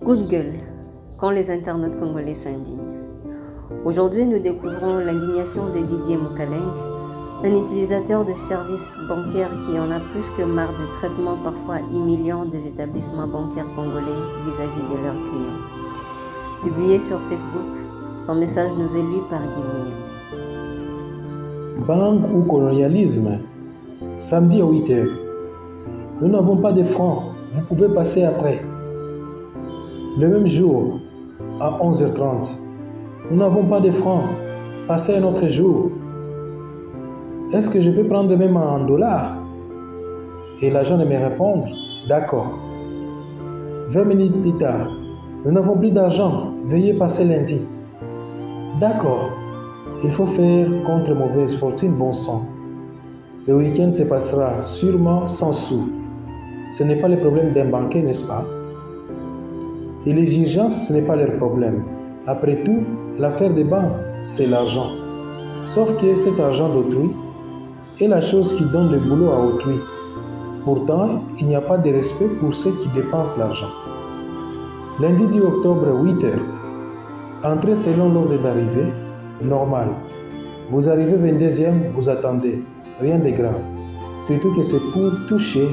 Coup de gueule, quand les internautes congolais s'indignent. Aujourd'hui, nous découvrons l'indignation de Didier Moukaleng, un utilisateur de services bancaires qui en a plus que marre des traitements parfois humiliants des établissements bancaires congolais vis-à-vis de leurs clients. Publié sur Facebook, son message nous est lu par Guimouye. Banque ou colonialisme, samedi à 8h. Nous n'avons pas de francs, vous pouvez passer après. Le même jour, à 11h30, nous n'avons pas de francs, passez un autre jour. Est-ce que je peux prendre même en dollars? Et l'agent de me répondre, d'accord. 20 minutes plus tard, nous n'avons plus d'argent, veuillez passer lundi. D'accord, il faut faire contre mauvaise fortune bon sang. Le week-end se passera sûrement sans sous. Ce n'est pas le problème d'un banquier, n'est-ce pas? Et les urgences, ce n'est pas leur problème. Après tout, l'affaire des banques, c'est l'argent. Sauf que cet argent d'autrui est la chose qui donne le boulot à autrui. Pourtant, il n'y a pas de respect pour ceux qui dépensent l'argent. Lundi 10 octobre, 8h. Entrée selon l'ordre d'arrivée, normal. Vous arrivez 22e, vous attendez. Rien de grave. Surtout que c'est pour toucher.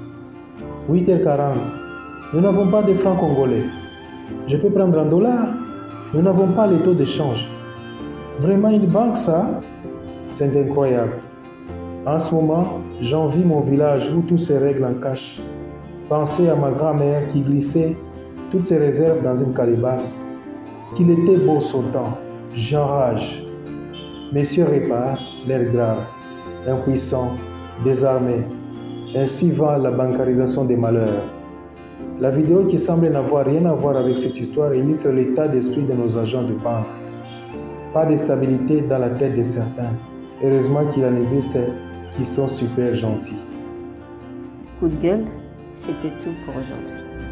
8h40. Nous n'avons pas de francs congolais. Je peux prendre un dollar? Nous n'avons pas les taux d'échange. Vraiment une banque, ça? C'est incroyable. En ce moment, j'envie mon village où tout se règle en cash. Pensez à ma grand-mère qui glissait toutes ses réserves dans une calebasse. Qu'il était beau son temps. J'enrage. Messieurs réparent l'air grave, impuissant, désarmé. Ainsi va la bancarisation des malheurs. La vidéo qui semble n'avoir rien à voir avec cette histoire illustre l'état d'esprit de nos agents de banque. Pas de stabilité dans la tête de certains. Heureusement qu'il en existe qui sont super gentils. Coup de gueule, c'était tout pour aujourd'hui.